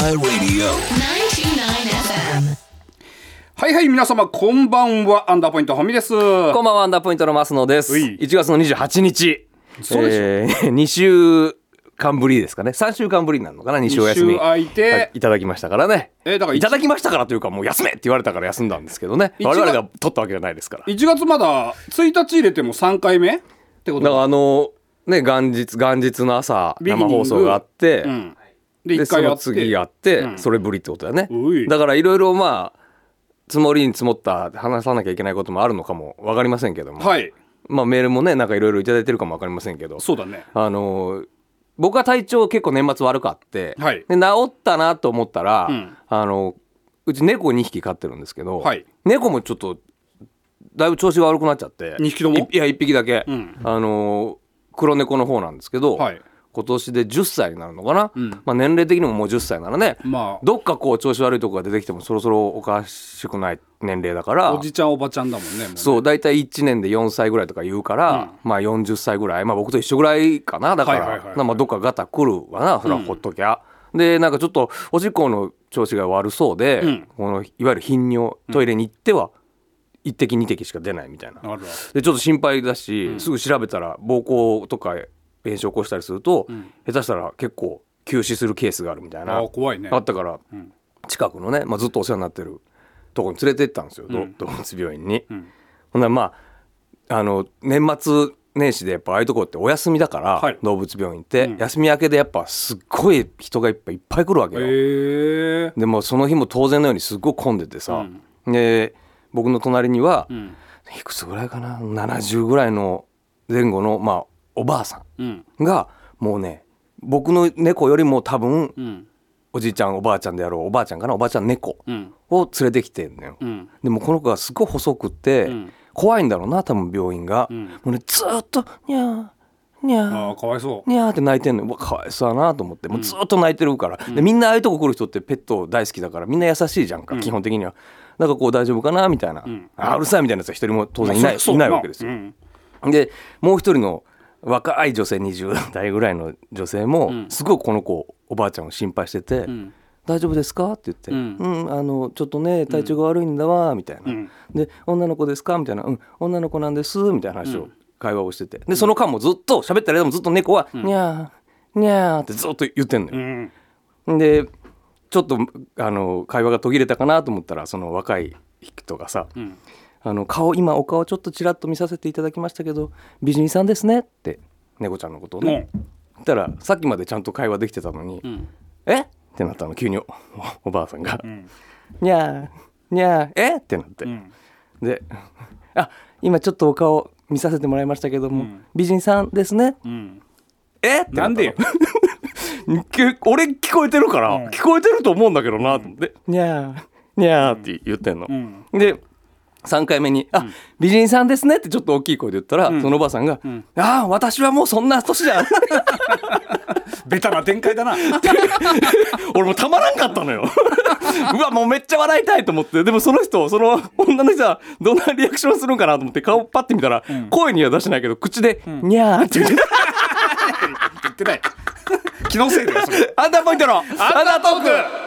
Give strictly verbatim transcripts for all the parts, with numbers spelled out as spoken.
Sky Radio ナインティナインエフエム。 はいはい、皆様こんばんは。アンダーポイントホミです。 こんばんは、アンダーポイントのマスノです。いちがつのにじゅうはちにち、 そうでしょ、 えー、にしゅうかんぶりですかね。さんしゅうかんぶりになるのかな。に週お休みに週空いていただきましたからね。 えー、だからいただきましたからというか、もう休めって言われたから休んだんですけどね。我々が取ったわけじゃないですから。 いちがつまだついたち入れてもさんかいめってことだからあのね、元日元日の朝生放送があって、うん、 でいっかいやって、 その次やって、うん、それぶりってことだね。だからいろいろまあ積もりに積もった話さなきゃいけないこともあるのかも分かりませんけども、 はい、 まあメールもねなんかいろいろいただいてるかも分かりませんけど、 そうだね。 あの僕は体調結構年末悪かって、 はい、 で治ったなと思ったら、 うん、 あのうち猫にひき飼ってるんですけど、 はい、 猫もちょっとだいぶ調子が悪くなっちゃって、 にひきともいやいっぴきだけ、 うん、 あの黒猫の方なんですけど、はい、今年でじゅっさいになるのかな、うん、まあ、年齢的にももうじゅっさいならね、まあ、どっかこう調子悪いとこが出てきてもそろそろおかしくない年齢だから、 おじちゃんおばちゃんだもん ね, もうね。 そうだいたいいちねんでよんさいぐらいとか言うから、うん、まあよんじゅっさいぐらい、まあ、僕と一緒ぐらいかな。だから、はいはいはいはい、まあ、どっかガタ来るわな、それはほっときゃ、うん、でなんかちょっとおしっこの調子が悪そうで、うん、このいわゆる頻尿トイレに行っては、うん、いってきにてきしか出ないみたいな、あるあるでちょっと心配だし、うん、すぐ調べたら膀胱とか炎症を起こしたりすると、うん、下手したら結構急死するケースがあるみたいな、 あ、怖いね、 あったから、うん、近くのね、まあ、ずっとお世話になってるとこに連れて行ったんですよ、うん、動物病院に、うん、ほんならまああの年末年始でやっぱああいうとこってお休みだから、はい、動物病院って、うん、休み明けでやっぱすっごい人がいっぱいいっぱい来るわけよ、へー。でもその日も当然のようにすっごい混んでてさ、うん、で僕の隣には、うん、いくつぐらいかな、ななじゅうぐらいの前後のまあおばあさんが、うん、もうね僕の猫よりも多分、うん、おじいちゃんおばあちゃんであろうおばあちゃんかな、おばあちゃん猫を連れてきてんのよ、うん、でもこの子がすごい細くて、うん、怖いんだろうな多分病院が、うん、もうねずっとニャーニャー、 あ、かわいそう、 ニャーって泣いてんのよ。かわいそうだなと思って、もうずっと泣いてるから、うん、でみんなああいうとこ来る人ってペット大好きだからみんな優しいじゃんか、うん、基本的には。なんかこう大丈夫かなみたいな、うん、あうるさいみたいなやつは一人も当然いない、いないわけですよ、うん、でもう一人の若い女性にじゅうだいぐらいの女性も、うん、すごくこの子おばあちゃんを心配してて、うん、大丈夫ですかって言って、うんうん、あのちょっとね体調が悪いんだわみたいな、うん、で女の子ですかみたいな、うん、女の子なんですみたいな話を、うん、会話をしてて、でその間もずっと喋ってる間もずっと猫は、うん、にゃーにゃーってずっと言ってんのよ、うん、でちょっとあの会話が途切れたかなと思ったらその若い人がさ、うん、あの顔今お顔ちょっとちらっと見させていただきましたけど美人さんですねって猫ちゃんのことをね、うん、言ったらさっきまでちゃんと会話できてたのに、うん、えってなったの急に お, おばあさんが、うん、にゃーにゃーえってなって、うん、であ今ちょっとお顔見させてもらいましたけども、うん、美人さんですね、うん、えってなったの。なんでよ俺聞こえてるから、うん、聞こえてると思うんだけどなと思って、にゃーにゃーって言ってんの、うん、でさんかいめに、あ、うん、美人さんですねってちょっと大きい声で言ったら、うん、そのおばあさんが、うん、ああ私はもうそんな年じゃんベタな展開だな俺もたまらんかったのようわもうめっちゃ笑いたいと思って、でもその人その女の人はどんなリアクションするんかなと思って顔パッて見たら、うん、声には出してないけど口で、うん、にゃーって言って言ってない気のせいだよそれ。 アンダーポイントのアンダートーク。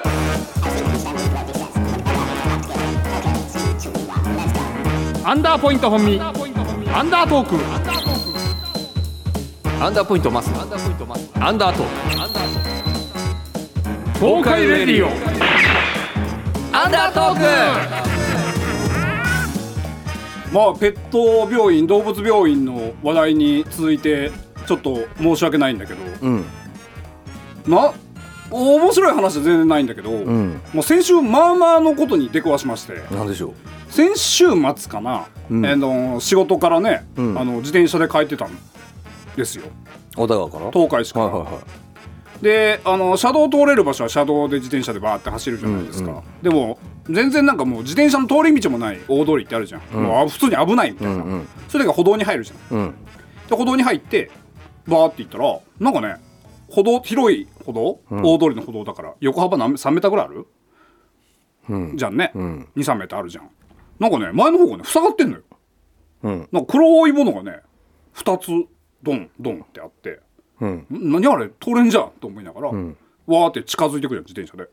アンダーポイント本身アンダートーク。 アンダーポイントマスアンダーポイントマスアンダートーク東海レディオアンダートーク。 まあペット病院動物病院の話題に続いてちょっと申し訳ないんだけど、うん、な面白い話は全然ないんだけど、うん、もう先週まあまあのことに出くわしまして。 なんでしょう。 先週末かな、うん、あの仕事からね、うん、あの自転車で帰ってたんですよ。 小田川から東海市から、はいはいはい、であの車道通れる場所は車道で自転車でバーって走るじゃないですか、うんうん、でも全然なんかもう自転車の通り道もない大通りってあるじゃん、うん、もう普通に危ないみたいな、うんうん、それが歩道に入るじゃん、うん、で歩道に入ってバーって行ったらなんかね歩道広い歩道、うん、大通りの歩道だから横幅何さんメーターぐらいある、うん、じゃんね、うん、にさんメーターあるじゃん。なんかね前の方がね塞がってんのよ、うん、なんか黒いものがねふたつドンドンってあって、うん、何あれ通れんじゃんと思いながら、うん、わーって近づいてくるじゃん自転車で。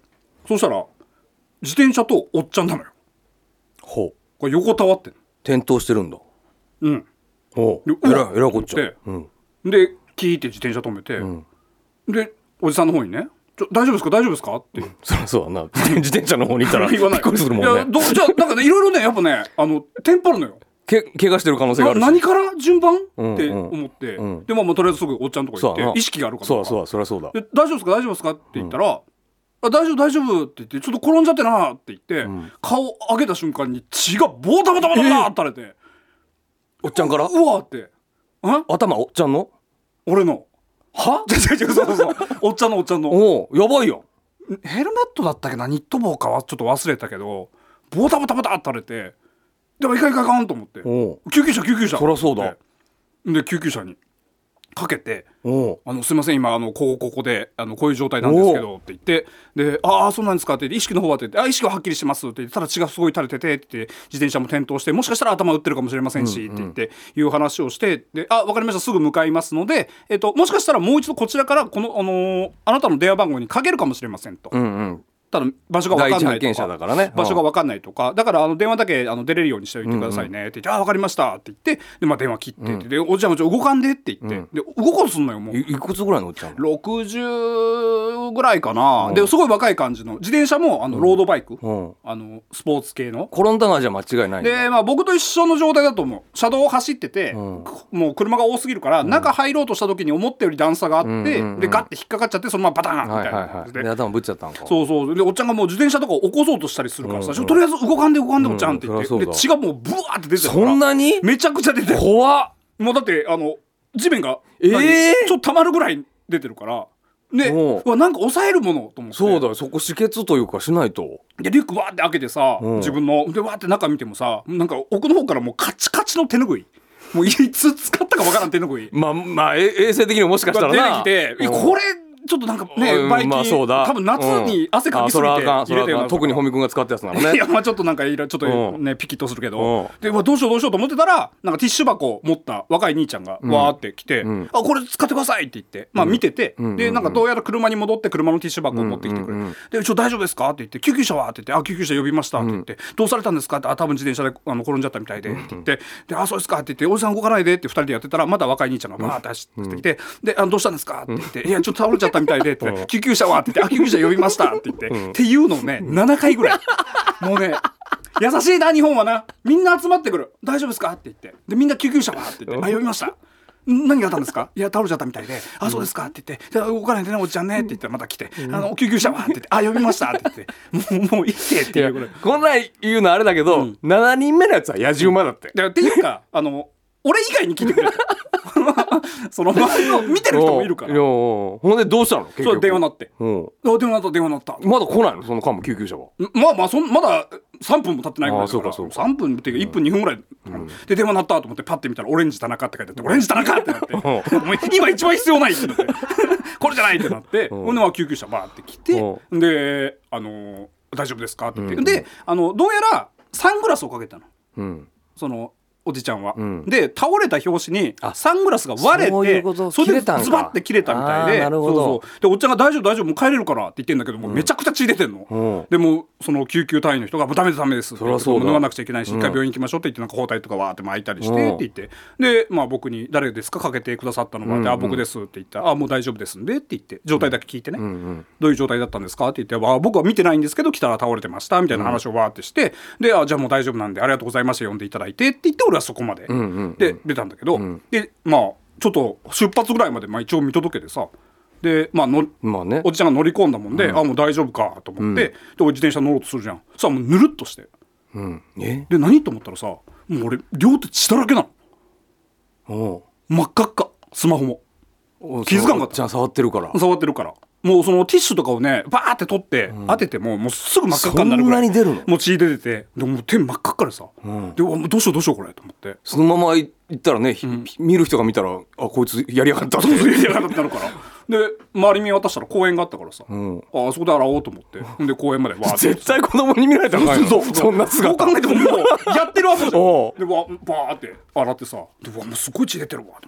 そしたら自転車とおっちゃんなのよ。 ほう。 これ横たわってんの。 転倒してるんだ。 うんほう。 でえらいえらいこっちゃ。 で、 うん。 でキーって自転車止めて、 んでおじさんの方にねちょ大丈夫ですか大丈夫ですかってそりゃそうだな。自転車の方に行ったらび言わないっくりするもんいやね。 どじゃあなんかねいろいろねやっぱねあのテンパるのよ。 け怪我してる可能性があるし。 な何から順番、 うんって思って、 うんでまあまあとりあえずすぐおっちゃんのとこ行そうだなって意識があるかどうかそうだそうだそりゃそうだ。 で大丈夫ですか大丈夫ですかって言ったら、あ大丈夫大丈夫って言ってちょっと転んじゃってなって言って、顔上げた瞬間に血がボタボタボタボタって垂れて、 おっちゃんからうわーってあ頭おっちゃんの俺のは違う違うそうそうそうおっちゃんのおっちゃんのおおやばいやん。 ヘルメットだったっけなニット帽かはちょっと忘れたけどボタボタボタって垂れてでもいかんいかんいかんと思っておう救急車救急車そりゃそうだで救急車にかけておうあのすいません今あのここここであのこういう状態なんですけどって言ってでああそうなんですかって言って意識の方はって言ってあ意識ははっきりしてますって言ってただ血がすごい垂れててって言って自転車も転倒してもしかしたら頭打ってるかもしれませんし、って言っていう話をしてであ分かりましたすぐ向かいますので、えっと、もしかしたらもう一度こちらからこの、あのーあなたの電話番号にかけるかもしれませんと。 うんうんただ場所が分かんないとか第一発見者だからね場所が分かんないとかだからあの電話だけあの出れるようにしておいてくださいねって言って、あ分かりましたって言ってで、まあ、電話切ってって、でおじゃあ動かんでって言って、で動こうとすんのよもういいくつぐらいのおっちゃんろくじゅうぐらいかな、ですごい若い感じの自転車もあのロードバイク、 うんあのスポーツ系の転んだのはじゃあ間違いないんだ。 で、まあ、僕と一緒の状態だと思う車道を走ってて、もう車が多すぎるから、中入ろうとした時に思ったより段差があって、 うんうんうんでガッて引っかかっちゃってそのままバターンみたいなはいはいはい。 感じで、 で頭ぶっちゃったんか。 そうそうでおっちゃんがもう自転車とか起こそうとしたりするからさ、 うんうんちょとりあえず動かんで動かんでおっちゃんって言って、 うんそりゃそうだで血がもうブワーって出てるからそんなにめちゃくちゃ出てる怖っ。 もうだってあの地面が、 えー何ちょっと溜まるぐらい出てるからでおううわなんか抑えるものと思ってそうだよそこ止血というかしないと。 でリュックわーって開けてさ、 うん自分のでわーって中見てもさなんか奥の方からもうカチカチの手ぬぐいもういつ使ったかわからん手ぬぐいまあまあえ衛生的にもしかしたらな。 出てきて、 うんこれちょっとなんかね、 うんバイキン、 まあそうだ多分夏に汗かきすぎてうんあそれはあかんそれはあかん入れたような特にホミ君が使ったやつなのね。 いやまあちょっとなんかいろちょっとうんねピキッとするけうどんでうわどうしようどうしようと思ってたらなんかティッシュ箱を持った若い兄ちゃんがわーって来て、 んあこれ使ってくださいって言ってまあ見てて、 んでなんかどうやら車に戻って車のティッシュ箱を持ってきてくれて、 うんうんうんでちょ大丈夫ですかって言って救急車はって言ってあ救急車呼びましたって言って、どうされたんですかってあ多分自転車であの転んじゃったみたいでって言ってであそうですかって言っておじさん動かないでってふたりでやってたらまだ若い兄ちゃんがわーって走ってきて、であどうしたんですかって言っていやちょっと倒れちゃったみたいでって救急車はって言ってあ救急車呼びましたって言って、っていうのをねななかいぐらいもうね優しいな日本はなみんな集まってくる大丈夫ですかって言ってでみんな救急車はって言ってあ呼びましたん何があったんですかいや倒れちゃったみたいであそうですかって言ってじゃあ動かないでねおじちゃんねって言ったらまた来てあの救急車はって言ってあ呼びましたって言ってもうもう行ってっていうぐらいこんなん言うのあれだけど、ななにんめのやつは野じ馬だって。 だからっていうかあの俺以外に聞いてくれその周りの見てる人もいるからいやほんでどうしたの結そう局。 電話鳴ってうんあ電話鳴った電話鳴ったまだ来ないのその間も救急車は。 まあまあそんまださんぷんも経ってないぐらいだからあそうかそうかさんぷんっていうかいっぷんにふんぐらい、で電話鳴ったと思ってパッて見たらオレンジ田中って書いてあってオレンジ田中ってなってもう今一番必要ないってなってこれじゃないってなってほんでまあ救急車バーって来てであのー大丈夫ですかって言って、であのどうやらサングラスをかけたのうんそのおじちゃんは、 んで倒れた拍子にサングラスが割れそういうことてそれで切れたんかズバッて切れたみたいであーなるほどそうそうでおっちゃんが大丈夫大丈夫もう帰れるからって言ってんだけどもうめちゃくちゃ血出てんの、 うんでもその救急隊員の人がもうダメですダメですってそりゃそうだも脱がなくちゃいけないし一回病院行きましょうって言ってなんか包帯とかわーって巻いたりしてって言ってでまあ僕に誰ですかかけてくださったのがってあ僕ですって言ったらあもう大丈夫ですんでって言って状態だけ聞いてねどういう状態だったんですかって言ってあ僕は見てないんですけど来たら倒れてましたみたいな話をわーってしてであじゃあもう大丈夫なんでありがとうございました呼んでいただいてって言って俺はそこまでで出たんだけどでまあちょっと出発ぐらいまでまあ一応見届けてさでまあのまあねおじちゃんが乗り込んだもんで、あもう大丈夫かと思って、で俺自転車乗ろうとするじゃんそしたらもうぬるっとしてうんえで何と思ったらさもう俺両手血だらけなのお真っ赤っかスマホもう気づかんかったじゃあ触ってるから触ってるからもうそのティッシュとかをねバーって取って当ててももうすぐ真っ赤っかになるぐらいそんなに出るのもう血出ててでもう手真っ赤っかでさ、でうわもうどうしようどうしようこれと思ってそのまま行ったらね、ひ見る人が見たらあこいつやりやがったってそうそうやりやがってなるからで周り見渡したら公園があったからさ、 んああそこで洗おうと思ってで公園までわーって絶対子供に見られたらあかんよそうそうそんなどう姿考えてももうやってるわけじゃんおうでわバーって洗ってさでわもうすごい血出てるわと思って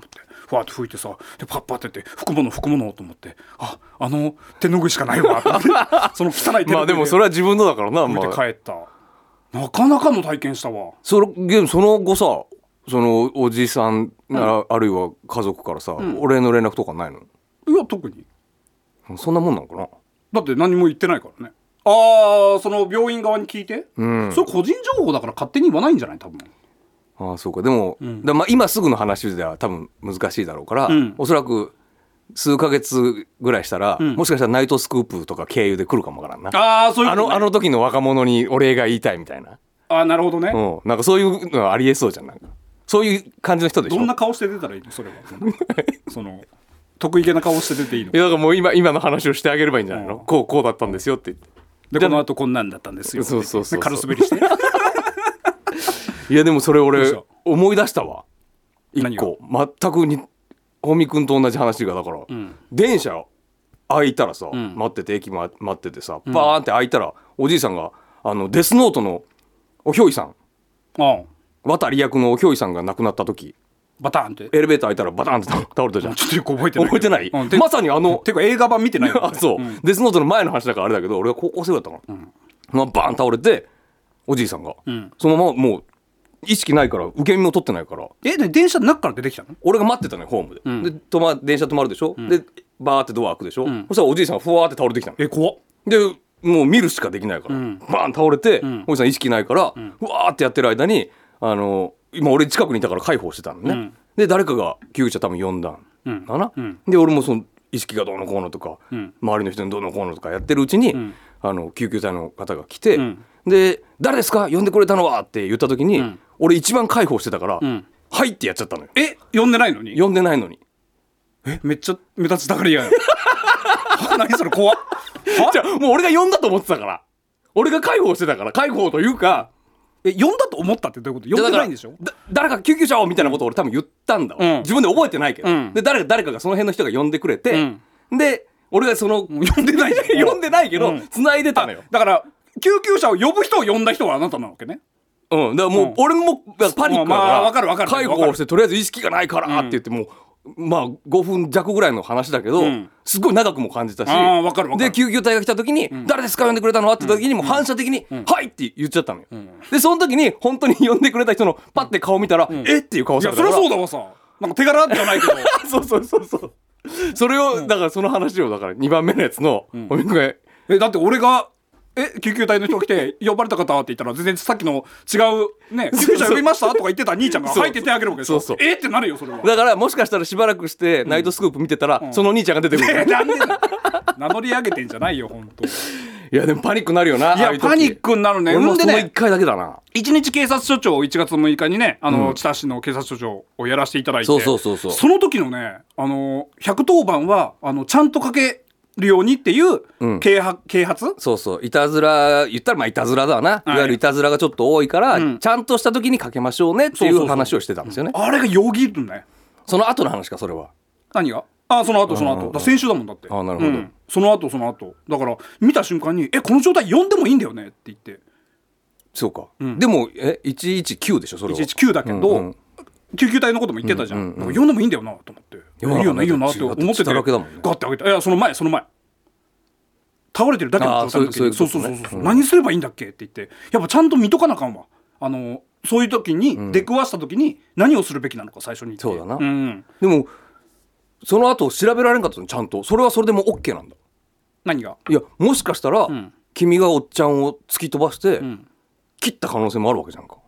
ふわって吹いてさ、でパッパってやって拭くもの拭くものと思って、ああの手ぬぐいしかないわと思ってその汚い手ぬぐいでまあでもそれは自分のだからな、 拭いてまあ、 帰った、なかなかの体験したわ。 そのその後さ、そのおじさんなら、うん、あるいは家族からさ、うん、お礼の連絡とかないの？ いや特にそんなもんなのかな。だって何も言ってないからね。ああ、その病院側に聞いて、うん、それ個人情報だから勝手に言わないんじゃない多分。 ああそうか。でも、うん、だまあ今すぐの話では多分難しいだろうから、うん、おそらく数ヶ月ぐらいしたら、うん、もしかしたらナイトスクープとか経由で来るかもわからんな。 ああそういうこと、ね、 あのあの時の若者にお礼が言いたいみたいな。 ああなるほどね、 うん、なんかそういうのはありえそうじゃん。なんかそういう感じの人でしょ。 どんな顔して出たらいいのそれはその得意げな顔して出ていいの？ いやだからもう 今, 今の話をしてあげればいいんじゃないの、うん、こうこうだったんですよって言って、 でこの後こんなんだったんですよってそうそうそうそう軽滑りしていやでもそれ俺思い出したわ一個全くにホミ君と同じ話がだから、うん、電車開いたらさ、うん、待ってて駅待っててさバーンって開いたら、うん、おじいさんがあのデスノートのおひょいさん、ああ渡り役のおひょいさんが亡くなった時バタンってエレベーター開いたらバタンって倒れたじゃん。 ちょっとよく覚えてない覚えてない、うん、まさにあのてか映画版見てない、ね、 あそう、うん、デスノートの前の話だからあれだけど俺が高校生だったから、うんまあ、バーン倒れておじいさんが、うん、そのままもう意識ないから受け身も取ってないから。 えで電車の中から出てきたの？ 俺が待ってたのよホームで、うん、で止ま電車止まるでしょ、うん、でバーってドア開くでしょ、うん、そしたらおじいさんがふわーって倒れてきたの。 え怖っ。 でもう見るしかできないから、うん、バーン倒れて、うん、おじさん意識ないから、うん、ふわーってやってる間にあの今俺近くにいたから介抱してたのね、うん、で誰かが救急車多分呼んだんだな、うん、で俺もその意識がどうのこうのとか、うん、周りの人にどうのこうのとかやってるうちに、うん、あの救急隊の方が来て、うん、で誰ですか呼んでくれたのはって言った時に、うん、俺一番介抱してたから、うん、はいってやっちゃったのよ。 え呼んでないのに？ 呼んでないのに。 えめっちゃ目立ちたがりや何それ怖っじゃあもう俺が呼んだと思ってたから俺が介抱してたから介抱というかえ呼んだと思ったってどういうこと？呼んでないんでしょ？ だ誰か救急車をみたいなことを俺多分言ったんだ、うん、自分で覚えてないけど、うん、で 誰, 誰かがその辺の人が呼んでくれて、うん、で俺がその呼んでないじゃん呼んでないけど、うん、繋いでたのよ。 だから救急車を呼ぶ人を呼んだ人はあなたなわけね。 うんだからもう、うん、俺もパニックだから、まあ、 分かる分かる介護をしてとりあえず意識がないからって言ってもう、まあごふん弱ぐらいの話だけど、うん、すごい長くも感じたし、 あ分かる分かる。 で救急隊が来た時に、うん、誰ですか呼んでくれたのって時にもう反射的に、うん、はいって言っちゃったのよ、うん、でその時に本当に呼んでくれた人のパッて顔見たら、うん、えっていう顔されたから。 いやそりゃそうだわさなんか手柄じゃないけどそうそうそうそうそれを、うん、だからその話をだからにばんめのやつの、うん、おみくええだって俺がえ救急隊の人が来て呼ばれた方って言ったら全然さっきの違うね救急車呼びましたとか言ってた兄ちゃんが入って手あげるわけでしょ。そうそうえってなるよそれは。 だからもしかしたらしばらくしてナイトスクープ見てたら、うん、その兄ちゃんが出てくる、 うん、なんで名乗り上げてんじゃないよ本当。いやでもパニックになるよな。 いやパニックになるね。 俺もそのいっかいだけだな。 一日警察署長をいちがつむいかにねあの、うん、知多市の警察署長をやらせていただいて、 そうそうそうそうその時のねあのひゃくとおばんはあのちゃんとかけるようにっていう啓発、うん、啓発そうそういたずら言ったらまあいたずらだな、はい、いわゆるいたずらがちょっと多いから、うん、ちゃんとした時にかけましょうねっていう話をしてたんですよね。 そうそうそう、うん、あれがよぎるね。 その後の話かそれは。 何が？あその後その後、うんうん、だ先週だもんだって。 あなるほど、うん、 その後その後だから見た瞬間にえこの状態呼んでもいいんだよねって言って。 そうか、うん、でもえいちいちきゅうでしょそれは。 いちいちきゅうだけど、うんうん救急隊のことも言ってたじゃん、うんうんうん、呼んでもいいんだよなと思っていいよねいいよなって思っててガッてあげていやその前その前倒れてるだけの状態の時にそうそうそうそう、うん、何すればいいんだっけって言ってやっぱちゃんと見とかなあかんわあのそういう時に、うん、出くわした時に何をするべきなのか最初に言って。 そうだな、 うん、 でもその後調べられんかったのちゃんとそれはそれでも OK なんだ。 何が？ いやもしかしたら、うん、君がおっちゃんを突き飛ばして、うん、切った可能性もあるわけじゃんか。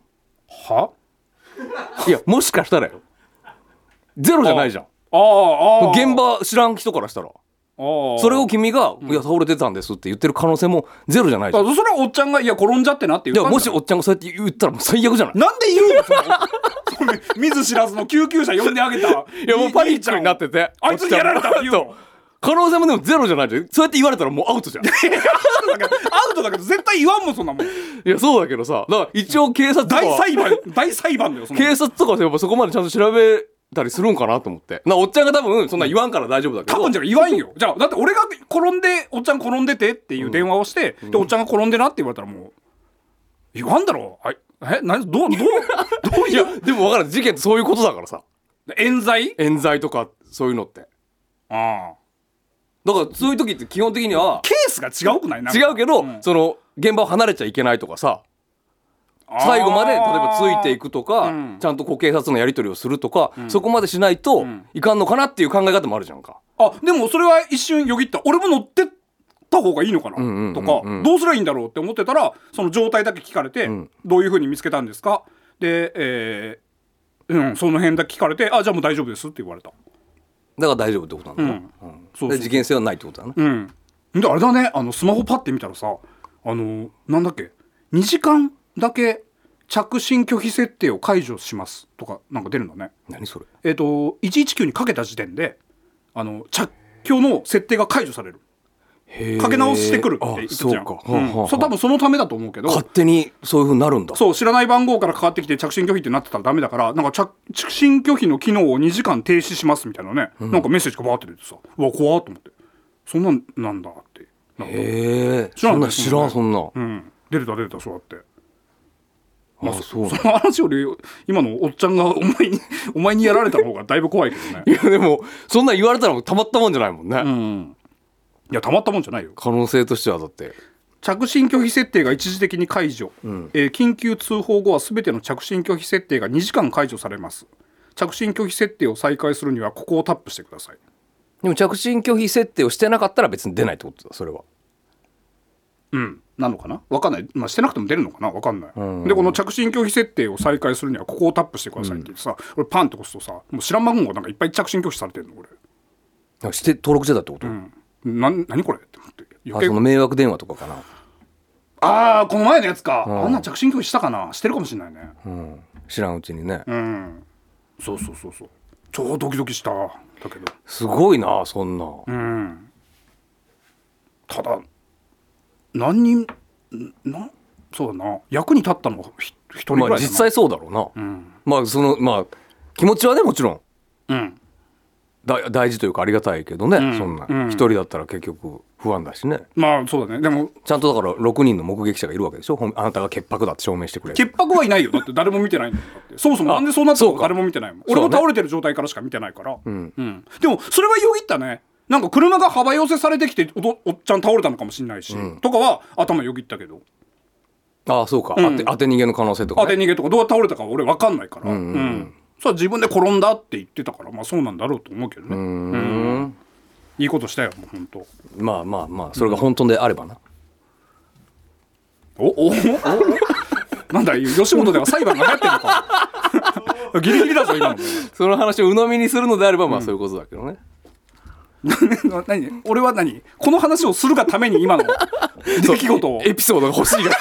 はいやもしかしたらよゼロじゃないじゃん。ああ現場知らん人からしたらそれを君が、うん、いや倒れてたんですって言ってる可能性もゼロじゃないじゃん。 それはおっちゃんがいや転んじゃってなって言ったんだ。 もしおっちゃんがそうやって言ったらもう最悪じゃない。 なんで言うのその見ず知らずの救急車呼んであげたいやもうパニックになっててあいつにやられたって言うの可能性もでもゼロじゃないじゃん。そうやって言われたらもうアウトじゃんアウトだけど絶対言わんもんそんなもん。いやそうだけどさだから一応警察とか大裁判大裁判だよそんな警察とかはやっぱそこまでちゃんと調べたりするんかなと思ってな。おっちゃんが多分そんな言わんから大丈夫だけど、 多分じゃ言わんよ。じゃあだって俺が転んでおっちゃん転んでてっていう電話をして、うん、でおっちゃんが転んでなって言われたらもう言わんだろ。はいえ何どうどうどういういやでも分からん事件ってそういうことだからさ冤罪冤罪とかそういうのって。 ああだからそういう時って基本的にはケースが違うくない？なんか違うけど、 うん、 その現場を離れちゃいけないとかさ、最後まで例えばついていくとか、うん、ちゃんとこう警察のやり取りをするとか、うん、そこまでしないといかんのかなっていう考え方もあるじゃんか。 あでもそれは一瞬よぎった。俺も乗ってた方がいいのかな、うんうんうんうん、とかどうすりゃいいんだろうって思ってたら、その状態だけ聞かれて、うん、どういう風に見つけたんですかで、えーうん、その辺だけ聞かれて、あじゃあもう大丈夫ですって言われた。 だから大丈夫ってことなんだね、うんうん、そうそうそう、事件性はないってことだね。 うんであれだね、あのスマホパッて見たらさ、あのなんだっけにじかんだけ着信拒否設定を解除しますとかなんか出るんだね。 何それ？ えっといちいちきゅうにかけた時点であの着拒の設定が解除される。かけ直してくるって言ってたじゃん。そうか、うん、そう多分そのためだと思うけど、 勝手にそういう風になるんだ。 そう知らない番号からかかってきて着信拒否ってなってたらダメだから、なんか着信拒否の機能をにじかん停止しますみたいなね、うん、なんかメッセージがバーって出てさ、うわ怖っと思って、そんなんなんだってなんだ。へえ知らん知らんそんな、 うん、出てた出てたそうやって。まあ、 あそうその話より今のおっちゃんがお前にお前にやられた方がだいぶ怖いけどね。 いやでもそんな言われたらたまったもんじゃないもんね、うん、 いやたまったもんじゃないよ。 可能性としてはだって着信拒否設定が一時的に解除、うんえー、緊急通報後は全ての着信拒否設定がにじかん解除されます。着信拒否設定を再開するにはここをタップしてください。 でも着信拒否設定をしてなかったら別に出ないってことだそれは。 うんなのかな分かんない、まあ、してなくても出るのかな分かんない、うん、でこの着信拒否設定を再開するにはここをタップしてくださいって言ってさ、うん、俺パンって押すとさもう知らん番号がなんかいっぱい着信拒否されてるの俺。 して登録してたってこと？うん、 な何これって思ってあその迷惑電話とかかな。 あーこの前のやつか、うん、あんな着信拒否したかなしてるかもしれないね、 うん、知らんうちにね、 うん、そうそうそうそう超ドキドキしただけどすごいなそんな、 うん、ただ何人なそうだな役に立ったのは一人ぐらいだな、 まあ、実際そうだろうな、うん、まあそのまあ気持ちはねもちろん、うん、だ大事というかありがたいけどね、うん、そんな一、うん、人だったら結局不安だしね。 まあそうだね。でもちゃんとだからろくにんの目撃者がいるわけでしょ。あなたが潔白だって証明してくれる。 潔白はいないよだって誰も見てないんだよ。だってそもそもなんでそうなったのか誰も見てないもん。俺は倒れてる状態からしか見てないから、うんうん、でもそれはよぎったね。なんか車が幅寄せされてきて お, おっちゃん倒れたのかもしれないし、うん、とかは頭よぎったけど。 ああそうか、うん、当て当て逃げの可能性とか、ね、 当て逃げとかどうやって倒れたか俺分かんないから、うんうんうん、それは自分で転んだって言ってたからまあそうなんだろうと思うけどね。うん、うん、いいことしたよもう本当。 まあまあまあそれが本当であればな、 うん、おおおなんだ吉本では裁判が流行ってんのかギリギリだぞ今のその話を鵜呑みにするのであればまあそういうことだけどね、 何俺は何この話をするがために今の出来事をエピソードが欲しいから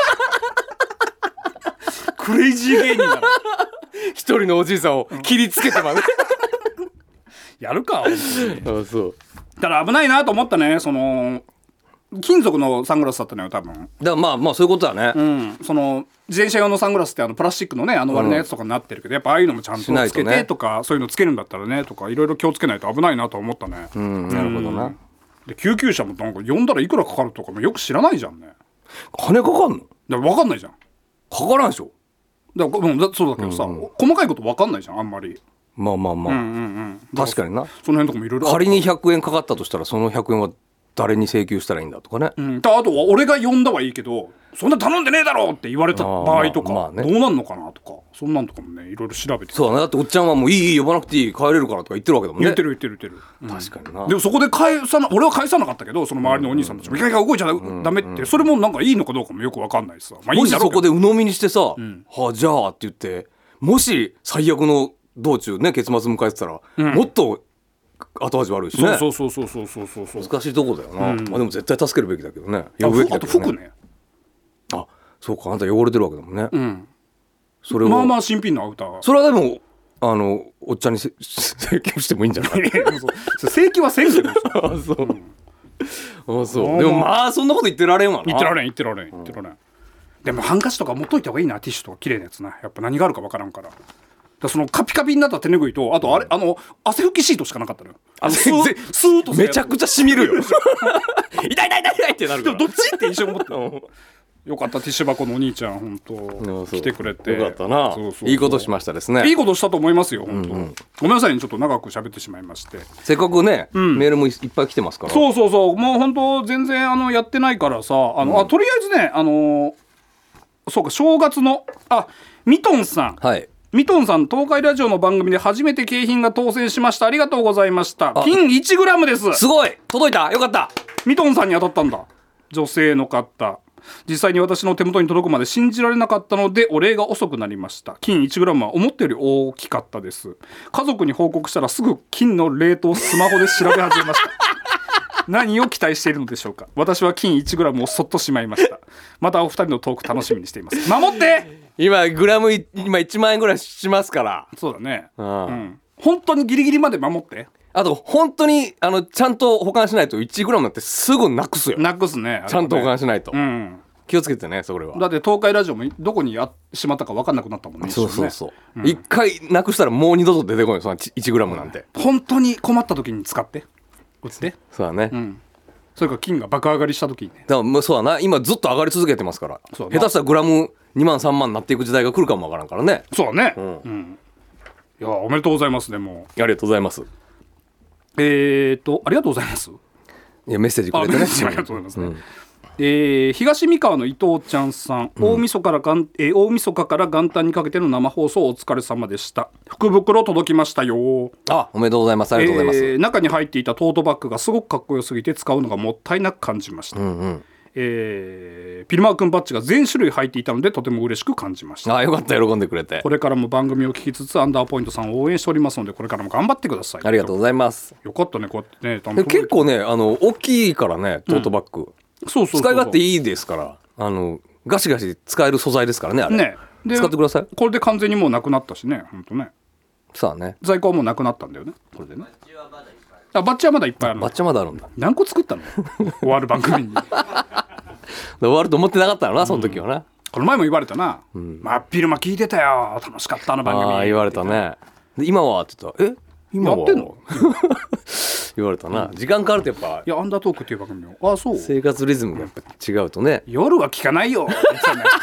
クレイジー芸人だな一人のおじいさんを切りつけてまで、うん、 やるか本当に。あそうだから危ないなと思ったね。その金属のサングラスだったのよ多分。だからまあまあそういうことだね、 うん、その自転車用のサングラスってあのプラスチックのねあの割れのやつとかになってるけど、うん、やっぱああいうのもちゃんとつけてとか、ね、そういうのつけるんだったらねとかいろいろ気をつけないと危ないなと思ったね、うん、 なるほどな、うん、 で救急車もなんか呼んだらいくらかかるとかもよく知らないじゃんね。 金かかんの？だから分かんないじゃん。 かからんでしょ。だから、うん、そうだけどさ、うんうん、細かいこと分かんないじゃんあんまり。 まあまあまあ、うんうんうん、確かにな。 その辺とかもいろいろ仮にひゃくえんかかったとしたらそのひゃくえんは誰に請求したらいいんだとかね、 うん、あとは俺が呼んだはいいけどそんな頼んでねえだろって言われた場合とか、まあまあね、どうなんのかなとかそんなんとかもねいろいろ調べて。 そうだね。だっておっちゃんはもういいいい呼ばなくていい帰れるからとか言ってるわけだもんね。 言ってる言ってる言ってる、 うん、確かにな。 でもそこで返さな俺は返さなかったけどその周りのお兄さんたちもいやいや動いちゃダメって、うんうん、それもなんかいいのかどうかもよく分かんないしさ、まあ、いいんだろうけどもしそこで鵜呑みにしてさ、うん、はあじゃあって言ってもし最悪の道中ね結末迎えてたら、うん、もっと後味悪いしね。 そうそうそうそうそうそうそう難しいとこだよな、うん、まあ、でも絶対助けるべきだけどね。 呼ぶべきだけどね。あと服ね。 あそうかあんた汚れてるわけだもんね、うん、 それをまあまあ新品のアウターそれはでもあのおっちゃんに請求してもいいんじゃない請求はせんけどあそう、うん、あそうでもまあそんなこと言ってられんわな。 言ってられん言ってられん言ってられん、うん、でもハンカチとか持っといた方がいいな。ティッシュとか綺麗なやつな。やっぱ何があるか分からんから。だそのカピカピになった手拭いとあとあれ、うん、あの汗拭きシートしかなかったのよ。あのスースーとめちゃくちゃしみるよ痛い痛い痛い痛いってなるからでもどっちって一緒に思ってよかったティッシュ箱のお兄ちゃん本当来てくれてよかったな。 そうそうそういいことしましたですね。 いいことしたと思いますよ本当、うんうん、ごめんなさいねちょっと長く喋ってしまいまして。 せっかくね、 うん、 メールもいっぱい来てますから。 そうそうそうもう本当全然あのやってないからさあの、うん、あとりあえずねあのそうか正月のあミトンさん、 はい、 ミトンさん東海ラジオの番組で初めて景品が当選しました。ありがとうございました。金 いちグラム です。 すごい届いたよかった。 ミトンさんに当たったんだ。女性の方実際に私の手元に届くまで信じられなかったのでお礼が遅くなりました。金 いちグラム は思ったより大きかったです。家族に報告したらすぐ金のレートをスマホで調べ始めました何を期待しているのでしょうか。私は金 いちグラム をそっとしまいました。またお二人のトーク楽しみにしています。守って今グラム今いちまん円ぐらいしますから。 そうだね、 うんうん、本当にギリギリまで守って。 あと本当にあのちゃんと保管しないと いちグラム なんてすぐなくすよ。 なくす ね, ねちゃんと保管しないと、 うん、 気をつけてねそれは。 だって東海ラジオもどこにやしまったか分かんなくなったもんね。 そうそうそう、うん、一回なくしたらもう二度と出てこないその いちグラム なんて、 うん、本当に困った時に使って打ってそうだね、 うん、それから金が爆上がりした時にね。 だからそうだな今ずっと上がり続けてますから。下手したらグラムにまんさんまんになっていく時代が来るかもわからんからね。 そうだね、 うんうん、いやおめでとうございますね。もうありがとうございます。 えーとありがとうございます。 いやメッセージくれてね。 ありがとうございますね、うんえー、東三河の伊藤ちゃんさん、うん、大晦日から元、えー、大晦日から元旦にかけての生放送お疲れ様でした。福袋届きましたよ。 あおめでとうございます。ありがとうございます、 えー、中に入っていたトートバッグがすごくかっこよすぎて使うのがもったいなく感じました、 うんうんえー、ピルマー君バッジが全種類入っていたのでとても嬉しく感じました。 あよかった喜んでくれて。 これからも番組を聞きつつアンダーポイントさんを応援しておりますのでこれからも頑張ってください。 ありがとうございます。 よかったねこうやってね。 結構ねあの大きいからねトートバッグ、うん、そうそうそうそう使い勝手いいですからあのガシガシ使える素材ですからねあれね。で使ってください。 これで完全にもうなくなったしね本当ね。 さあね在庫はもうなくなったんだよねこれでね。あバッチはまだいっぱいある。 バッチはまだあるんだ。 何個作ったの終わる番組に終わると思ってなかったのなその時はな、うん、 この前も言われたな、うん、真っ昼間聞いてたよ楽しかったあの番組。 あ言われたね。で今はって言ったらえ今はやってんの言われたな、うん、時間かかるとやっぱいやアンダートークっていう番組をあそう生活リズムがやっぱ違うとね夜は聞かないよって言ってたね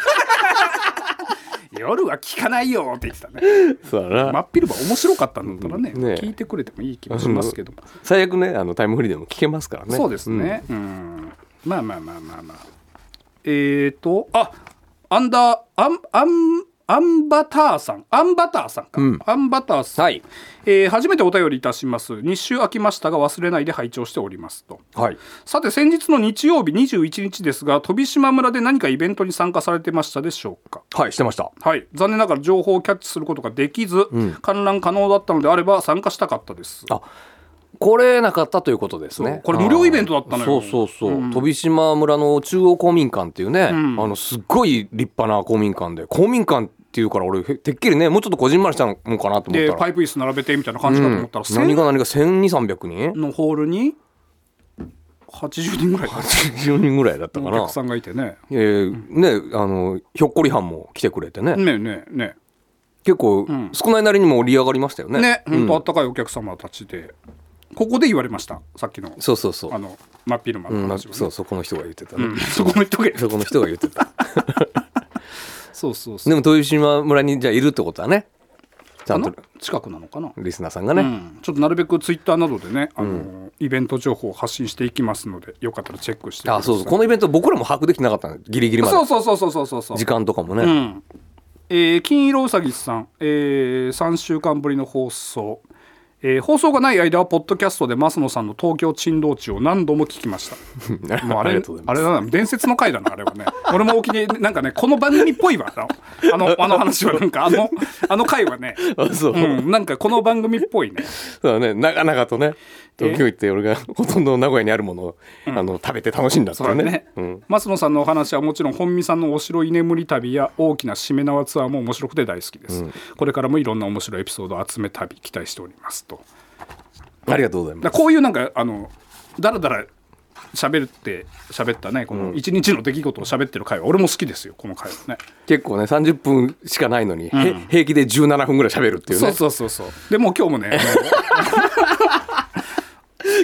夜は聞かないよって言ってたね。 そうだな真っ昼間面白かったんだったら ね,、うん、ね聞いてくれてもいい気もしますけども最悪ねあのタイムフリーでも聞けますからね。 そうですね、うん、うんまあまあまあまあまあえーとあアンダーアンアンアンバターさんアンバターさんか、うん、アンバターさん、はいえー、初めてお便りいたします。日週空きましたが忘れないで拝聴しておりますと、はい、さて先日の日曜日にじゅういちにちですが飛島村で何かイベントに参加されてましたでしょうか。 はいしてました、 はい、残念ながら情報をキャッチすることができず、うん、観覧可能だったのであれば参加したかったです。 あ来れなかったということですね。 これ無料イベントだったのよ。 そうそうそう、うん、飛島村の中央公民館っていうね、うん、あのすっごい立派な公民館で公民館っていうから俺てっきりねもうちょっとこじんまりしたのかなと思ったらでパイプ椅子並べてみたいな感じかと思ったら、 うん、何が何がせんにひゃくさんびゃくにんのホールにはちじゅうにんぐらいはちじゅうにんぐらいだったかな。 お客さんがいてね、 えーうん、ねあのひょっこりはんも来てくれてねねねね結構、うん、少ないなりにも盛り上がりましたよね。 ね本当あったかいお客様たちで、ここで言われましたさっきのそうそうそうあの真っ昼間の話を、ねうん、そうそこの人が言ってたね、 うん、そこの人がそこの人が言ってたそうそうそう。 でも豊島村にじゃあいるってことはねちゃんと近くなのかなリスナーさんがね、うん、 ちょっとなるべくツイッターなどでねあの、うん、イベント情報を発信していきますのでよかったらチェックしてください。 あそうそうこのイベント僕らも把握できてなかったのギリギリまで。 そうそうそうそうそうそう時間とかもね、 うんえー、金色うさぎさん、えー、さんしゅうかんぶりの放送、えー、放送がない間はポッドキャストで増野さんの東京珍道中を何度も聞きましたもうあれあれだな伝説の回だなあれはね俺もお気になんかねこの番組っぽいわあのあの話はなんかあのあの回はねあそう、 うん、なんかこの番組っぽいねそうだね長々とね東京行って俺がほとんど名古屋にあるものを、うん、あの食べて楽しんだっていうね。ね、うん、 増野さんのお話はもちろん本見さんのお城居眠り旅や大きなしめ縄ツアーも面白くて大好きです、うん、これからもいろんな面白いエピソードを集め旅期待しておりますと。 ありがとうございます。 こういうなんかあのだらだら喋って喋ったねこの一日の出来事を喋ってる回は俺も好きですよこの回はね。 結構ねさんじゅっぷんしかないのに、うん、平気でじゅうななふんぐらい喋るっていうね。 そうそうそうそうでもう今日もね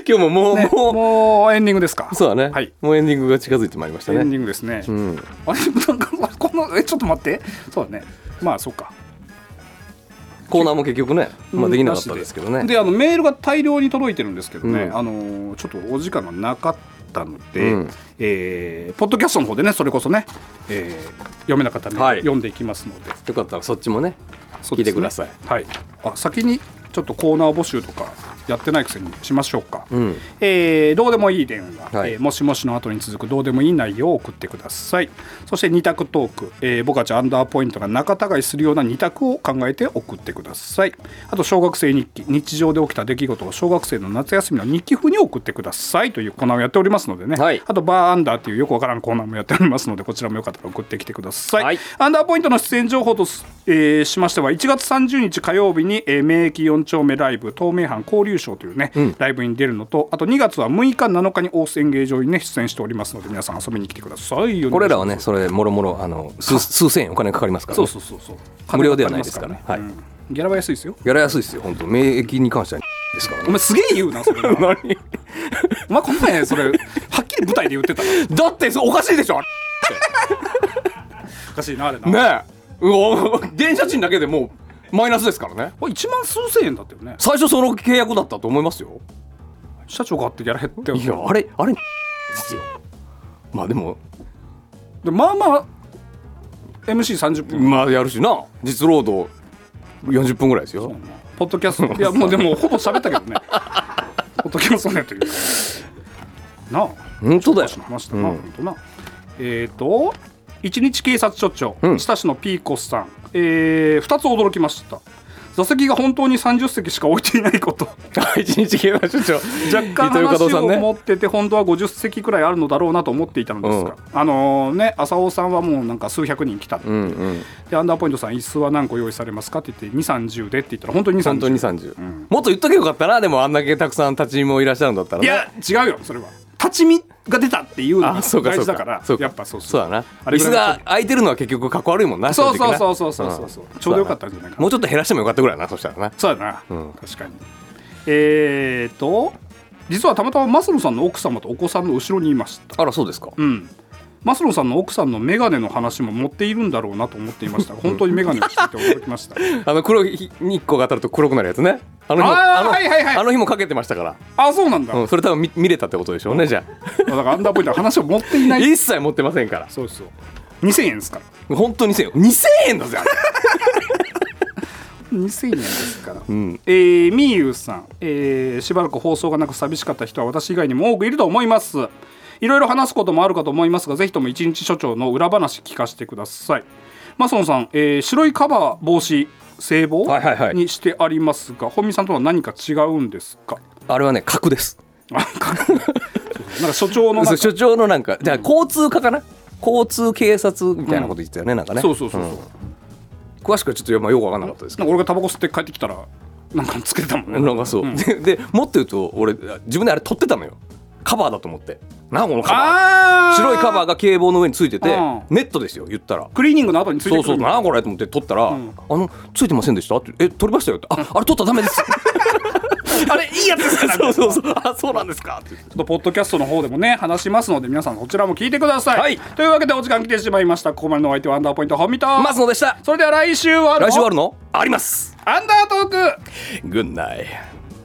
今日ももう、 ね、 もうもうエンディングですか。 そうだね、 はい、 もうエンディングが近づいてまいりましたね。 エンディングですね、 うん、 あれなんかこのえちょっと待って、そうだね、まあそうか、 コーナーも結局ね、まあ、できなかったですけどね。 であのメールが大量に届いてるんですけどね、 うん、 あのちょっとお時間がなかったので、 うん、 えー、ポッドキャストの方でねそれこそね、えー、読めなかったメール、はい、読んでいきますので、 よかったらそっちもね聞いてください。 はい、あ先にちょっとコーナー募集とかやってないくせにしましょうか、 うん、 えー、どうでもいい電話、 はい、 えー、もしもしの後に続くどうでもいい内容を送ってください。そしてに択トーク、えー、僕たちアンダーポイントが仲違いするようなに択を考えて送ってください。あと小学生日記、日常で起きた出来事を小学生の夏休みの日記風に送ってくださいというコーナーをやっておりますのでね、はい、あとバーアンダーっていうよくわからんコーナーもやっておりますので、こちらもよかったら送ってきてください、はい、アンダーポイントの出演情報と、えー、しましてはいちがつさんじゅうにち火曜日に、えー、免疫よん丁目ライブ透明版交流ショーというね、うん、ライブに出るのと、あとにがつはむいかなのかに大須演芸場にね出演しておりますので、皆さん遊びに来てください。 これらはねそれもろもろあの 数, 数千円お金かかりますからね。 そうそうそうそう、 無料ではないですから、はい、うん、 ギャラは安いですよ。 ギャラ安いですよ本当。免疫に関してはですから、ね、 お前すげえ言うなそれ何お前この前それはっきり舞台で言ってただってそれおかしいでしょおかしいなあれな。 ねえ、うお電車賃だけでもうマイナスですからね。 いちまん数千円だったよね。 最初その契約だったと思いますよ。 社長があってギャラ減ってよ。 いやあれあれですよ。まあでもでまあまあ エムシーさんじゅっぷんまあやるしな、実労働よんじゅっぷんぐらいですよ。 ポッドキャストいやもうでもほぼ喋ったけどねポッドキャストねというかなあ本当だよ。 話だな、うん、本当な。えっ、ー、と一日警察署長、うん、知多市のピーコスさん、えー、ふたつ驚きました。座席が本当にさんじゅっせきしか置いていないこと一日警察署長若干話を持ってて本当はごじゅっせきくらいあるのだろうなと思っていたのですが、うん、あのー、ね浅尾さんはもうなんか数百人来たって、うんうん、でアンダーポイントさん椅子は何個用意されますかって言ってにじゅう、さんじゅうでって言ったら本当ににじゅう、さんじゅう、 本当にさんじゅう、うん、もっと言っとけよかったな。でもあんだけたくさん立ち見もいらっしゃるんだったらね。 いや違うよ、それは立ち見が出たっていうのが大事だから。 そうかやっぱそうそうそうだな。椅子が空いてるのは結局かっこ悪いもんな。 そうそうそうそうそうそうそう、うん、ちょうどよかったんじゃないかな。 もうちょっと減らしてもよかったぐらいな。そしたらな。 そうだな、うん、確かに。えーと実はたまたまマスロさんの奥様とお子さんの後ろにいました。 あらそうですか。 うん。マスロさんの奥さんのメガネの話も持っているんだろうなと思っていましたが本当にメガネをしていて驚きましたあの黒い日光が当たると黒くなるやつね。あの日もああの、 はいはいはい、 あの日もかけてましたから。 あそうなんだ、 うん、それ多分 見, 見れたってことでしょうね。じゃあだからアンダーポイントの話を持っていない一切持ってませんから。 そうそうにせんえんですから本当ににせんえんにせんえんだぜにせんえんですから、 うん。 えー、みーゆうさん、えー、しばらく放送がなく寂しかった人は私以外にも多くいると思います。いろいろ話すこともあるかと思いますがぜひとも一日署長の裏話聞かせてください。マソンさん、えー、白いカバー帽子制帽、はいはいはい、にしてありますが本見さんとは何か違うんですか。 あれはね角です。 あ角なんか署長のなんか署長のなんかじゃあ交通課かな、交通警察みたいなこと言ってたよね、うん、なんかね。 そうそうそうそう、うん、 詳しくはちょっとまあよく分かんなかったですけど、 なんか俺がタバコ吸って帰ってきたらなんかつけてたもんね。 なんかそう、うん、で, でもっと言うと俺自分であれ撮ってたのよ。カバーだと思ってな、このカバー白いカバーが警棒の上についててネットですよ言ったら。 クリーニングの後についてくる。 そうそうなこれと思って撮ったら、うん、あのついてませんでしたってえ撮りましたよって、ああれ撮ったらダメですあれいいやつですからそうそうそうあそうなんですかってちょっとポッドキャストの方でもね話しますので皆さんそちらも聞いてください、はい、というわけでお時間来てしまいました。ここまでのお相手はアンダーポイント本見とマスノでした。 それでは来週は来週はあるのありますアンダートークグッナイ。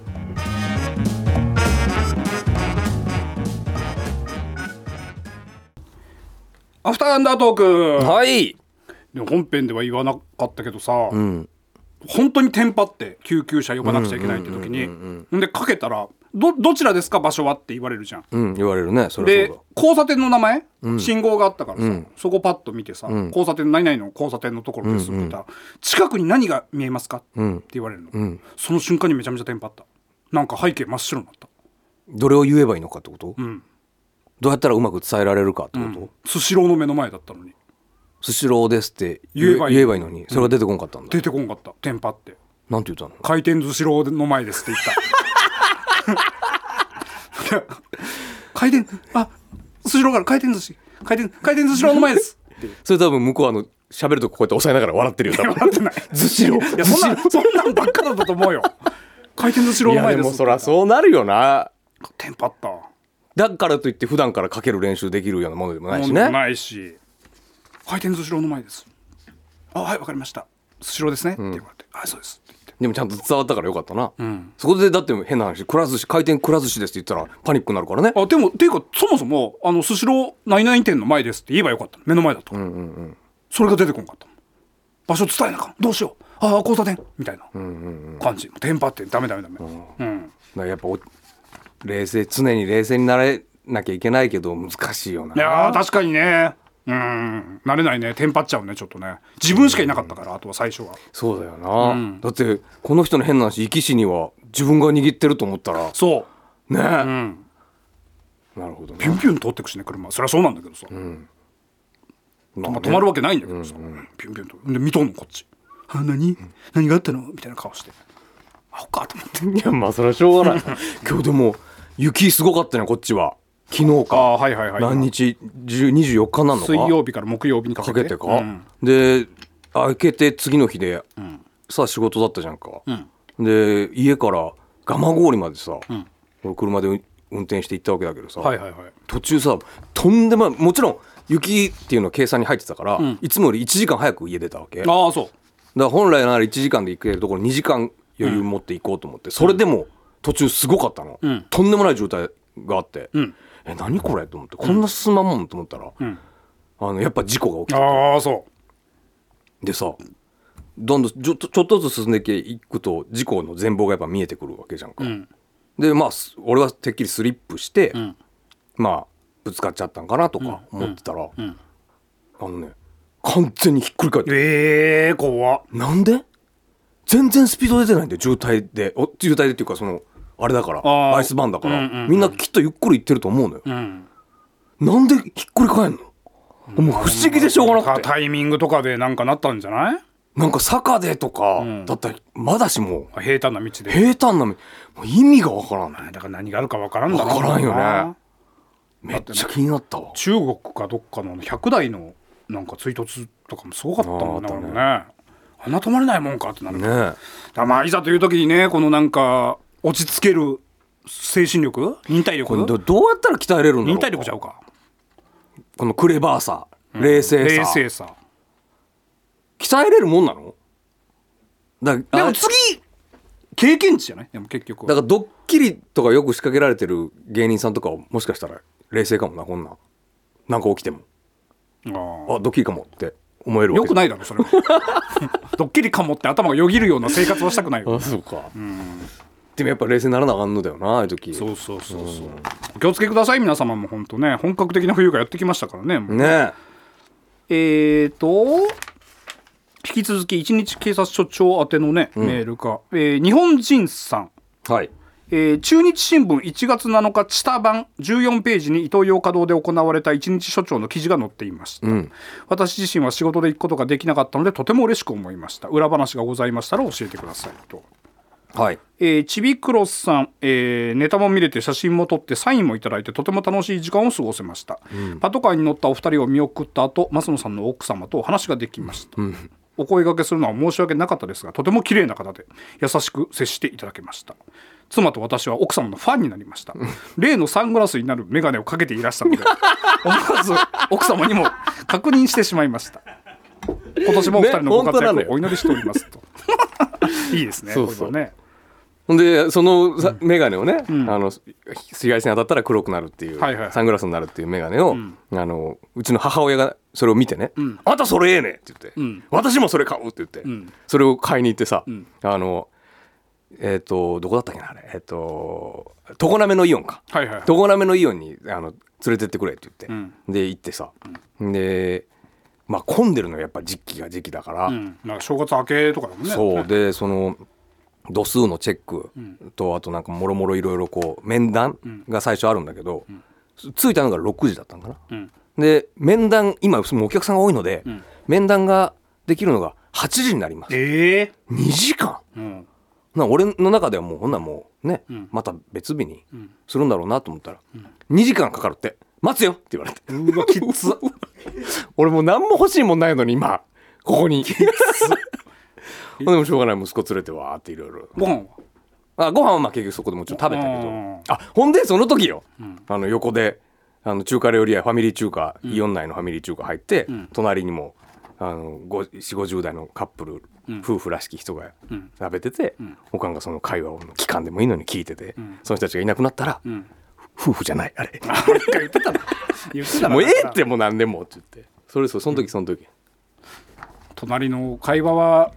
アフターアンダートーク。 はいでも本編では言わなかったけどさ、 うん、 本当にテンパって救急車呼ばなくちゃいけないって時にでかけたら ど, どちらですか場所はって言われるじゃん、 うん、言われるね。それはそうだ。 で交差点の名前、 うん、 信号があったからさ、うん、そこパッと見てさ、うん、交差点何々の交差点のところですって言ったら、うんうん、近くに何が見えますか、うん、って言われるの、うん、その瞬間にめちゃめちゃテンパった。なんか背景真っ白になった。 どれを言えばいいのかってこと、 うん、 どうやったらうまく伝えられるかってこと、うん、 スシローの目の前だったのにスシローですって言えばいい、言えばいいのにそれが出てこんかったんだ、 うん、出てこんかった。テンパってなんて言ったの。 回転寿司ローの前ですって言った回転あスシローから回転寿司回転回転寿司ローの前ですそれ多分向こうあの喋るとこうやって押さえながら笑ってるよ多分。 笑ってない寿司ローいやそんなそんなんばっかだったと思うよ回転寿司ローの前です。 いやでもそりゃそうなるよな。 テンパった。 だからといって普段からかける練習できるようなものでもないしね。 ものでもないし、回転寿司郎の前です。あ、はい、わかりました。寿司郎ですね、うん、って言われて、はい、そうですって言って。 でもちゃんと伝わったからよかったな、 うん、 そこでだって変な話、くら寿司、回転くら寿司ですって言ったらパニックになるからね。 あ、でもっていうかそもそもあの寿司郎何々店の前ですって言えばよかったの、目の前だと、うんうんうん、それが出てこなかったの。場所伝えなあかん、どうしよう、ああ交差点みたいな感じ、うんうんうん、テンパってダメダメダメ、うんうん、 だからやっぱ冷静、常に冷静になれなきゃいけないけど難しいよな。 いや確かにね、うん、慣れないね、テンパっちゃうね、ちょっとね、自分しかいなかったから、うん、あとは最初は。 そうだよな、うん、だってこの人の変な話、生き死には自分が握ってると思ったら、 そうね、うん、 なるほど、ね、ピュンピュン通ってくしね、車、そりゃそうなんだけどさ、うん、まあね、止まるわけないんだけどさ、うんうん、ピュンピュンとで見とんのこっち、あ、何、うん、何があったのみたいな顔して、アホかと思って。 いやまあそれはしょうがない今日でも雪すごかったね、こっちは。昨日か、 あ、はいはいはい、 何日、にじゅうよっかになるのか、 水曜日から木曜日にかけてかけてか、うん、で明けて次の日で、うん、さあ仕事だったじゃんか、うん、で家から蒲郡までさ、うん、俺車で運転して行ったわけだけどさ、はいはいはい、途中さとんでもない、もちろん雪っていうのは計算に入ってたから、うん、いつもよりいちじかん早く家出たわけ。 ああ、そうだから本来ならいちじかんで行けるところにじかん余裕持って行こうと思って、うん、それでも途中すごかったの、うん、とんでもない渋滞があって、うん、え何これと思って、こんな進まんもんと思ったら、うん、あのやっぱ事故が起きて、 ああそうでさ、どんどんちょっとちょっとずつ進んでいくと事故の全貌がやっぱ見えてくるわけじゃんか、うん、でまあ俺はてっきりスリップして、うん、まあぶつかっちゃったんかなとか思ってたら、うんうん、あのね完全にひっくり返って、 えー怖っ、 なんで全然スピード出てないんだよ、渋滞で、お渋滞でっていうかそのあれだからアイスバーンだから、うんうんうん、みんなきっとゆっくり行ってると思うのよ、うん、なんでひっくり返んの、うん、もう不思議でしょうがなくて、 タイミングとかでなんかなったんじゃない、 なんか坂でとか、うん、だったらまだしも平坦な道で、 平坦な道、もう意味がわからん、 だから何があるかわからんだわからんよね、めっちゃ気になったわ。 中国かどっかのひゃくだいのなんか追突とかもすごかったもんね、あ, ねあんな止まれないもんかってなるね。だまあいざという時にね、このなんか落ち着ける精神力、忍耐力、 ど, どうやったら鍛えれるんだろうか。 忍耐力ちゃうか、 このクレバーさ、冷静さ、うん、冷静さ鍛えれるもんなのだ。 でも次経験値じゃない、でも結局はだからドッキリとかよく仕掛けられてる芸人さんとかはもしかしたら冷静かもな、こんなんなんか起きても、ああドッキリかもって思えるわけ。 よくないだろそれドッキリかもって頭がよぎるような生活はしたくないよ。 あ、そうか、うん、でもやっぱ冷静にならなあかんのだよな、ああいう時。 そうそうそうそう、うん、お気をつけください皆様も本当ね、本格的な冬がやってきましたからね。もうねえーと引き続き一日警察署長宛てのね、うん、メールが、えー、日本人さん、 はい、 えー、中日新聞いちがつなのか知多版じゅうよんページにイトーヨーカドーで行われた一日署長の記事が載っていました、うん、私自身は仕事で行くことができなかったのでとても嬉しく思いました。裏話がございましたら教えてくださいと。 はい、 えー、ちびクロスさん、えー、ネタも見れて写真も撮ってサインもいただいてとても楽しい時間を過ごせました、うん、パトカーに乗ったお二人を見送った後、増野さんの奥様とお話ができました、うん、お声掛けするのは申し訳なかったですがとても綺麗な方で優しく接していただけました。妻と私は奥様のファンになりました例のサングラスになるメガネをかけていらしたので思わず奥様にも確認してしまいました。今年もお二人のご活躍をお祈りしておりますといいですね。 そうそう、 これはね。 ほんでその、うん、メガネをね、うん、あの紫外線当たったら黒くなるっていう、はいはい、サングラスになるっていうメガネを、うん、あのうちの母親がそれを見てね、うん、あんたそれええねって言って、うん、私もそれ買うって言って、うん、それを買いに行ってさ、うん、あのえっ、ー、とどこだったっけなあれ、えっ、ー、と常滑のイオンか、はいはいはい、常滑のイオンにあの連れてってくれって言って、うん、で行ってさ、うん、でまあ混んでるのよやっぱ時期が時期だから、うん、 なんか正月明けとかだもんね。 そうでその度数のチェックと、うん、あとなんかもろもろいろいろこう面談が最初あるんだけど、うん、着いたのがろくじだったのかな、うん、で面談今そのお客さんが多いので、うん、面談ができるのがはちじになります、 えー、 にじかん、うん、な俺の中ではもうほんならもうね、うん、また別日にするんだろうなと思ったら、うん、にじかんかかるって待つよって言われて、 うわきつ俺もう何も欲しいもんないのに今ここにでもしょうがない息子連れてわーっていろいろ。 ご飯はあご飯はまあ結局そこでもちろん食べたけど、 うん、 あほんでその時よ、うん、あの横であの中華料理屋ファミリー中華、うん、イオン内のファミリー中華入って、うん、隣にもあのよんじゅう、ごじゅう代のカップル、うん、夫婦らしき人が食べてて、うん、おかんがその会話を期間でもいいのに聞いてて、うん、その人たちがいなくなったら、うん、夫婦じゃないあれ言ってたの言ってたのもうええってもう何でもって言ってそれそうその時その時、うん、 隣の会話は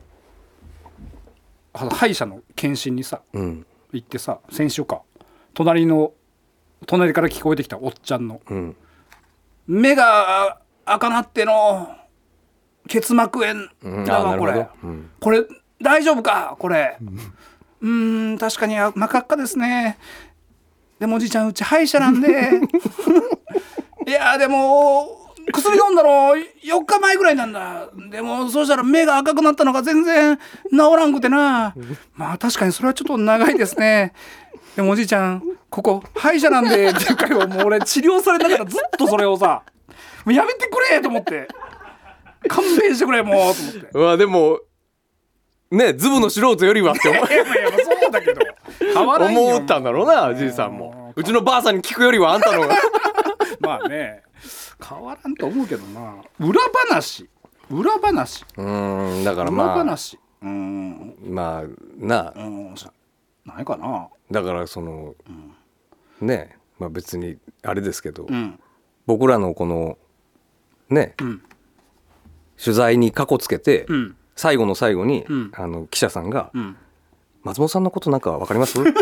歯医者の検診にさ、うん、行ってさ先週か隣の隣から聞こえてきたおっちゃんの、うん、目が赤なっての結膜炎だわ、うん、これ、うん、これ大丈夫かこれうーん確かに真っ赤っかですねでもおじいちゃんうち歯医者なんでいやでも薬飲んだのよっかまえぐらいなんだでもそうしたら目が赤くなったのが全然治らんくてなまあ確かにそれはちょっと長いですねでもおじいちゃんここ歯医者なんでっていう会話をもう俺治療されながらずっとそれをさもうやめてくれと思って勘弁してくれもうと思ってうわでもねズブの素人よりはって思ういやいやそうだけど変わらんよ思ったんだろうなじいさんもうちのばあさんに聞くよりはあんたのがまあね変わらんと思うけどな裏話裏話うんだからまあ裏話うんまあなうんないかなだからその、うん、ねまあ別にあれですけど、うん、僕らのこのね、うん、取材にカコつけて、うん、最後の最後に、うん、あの記者さんが、うん、松本さんのことなんか分かりますって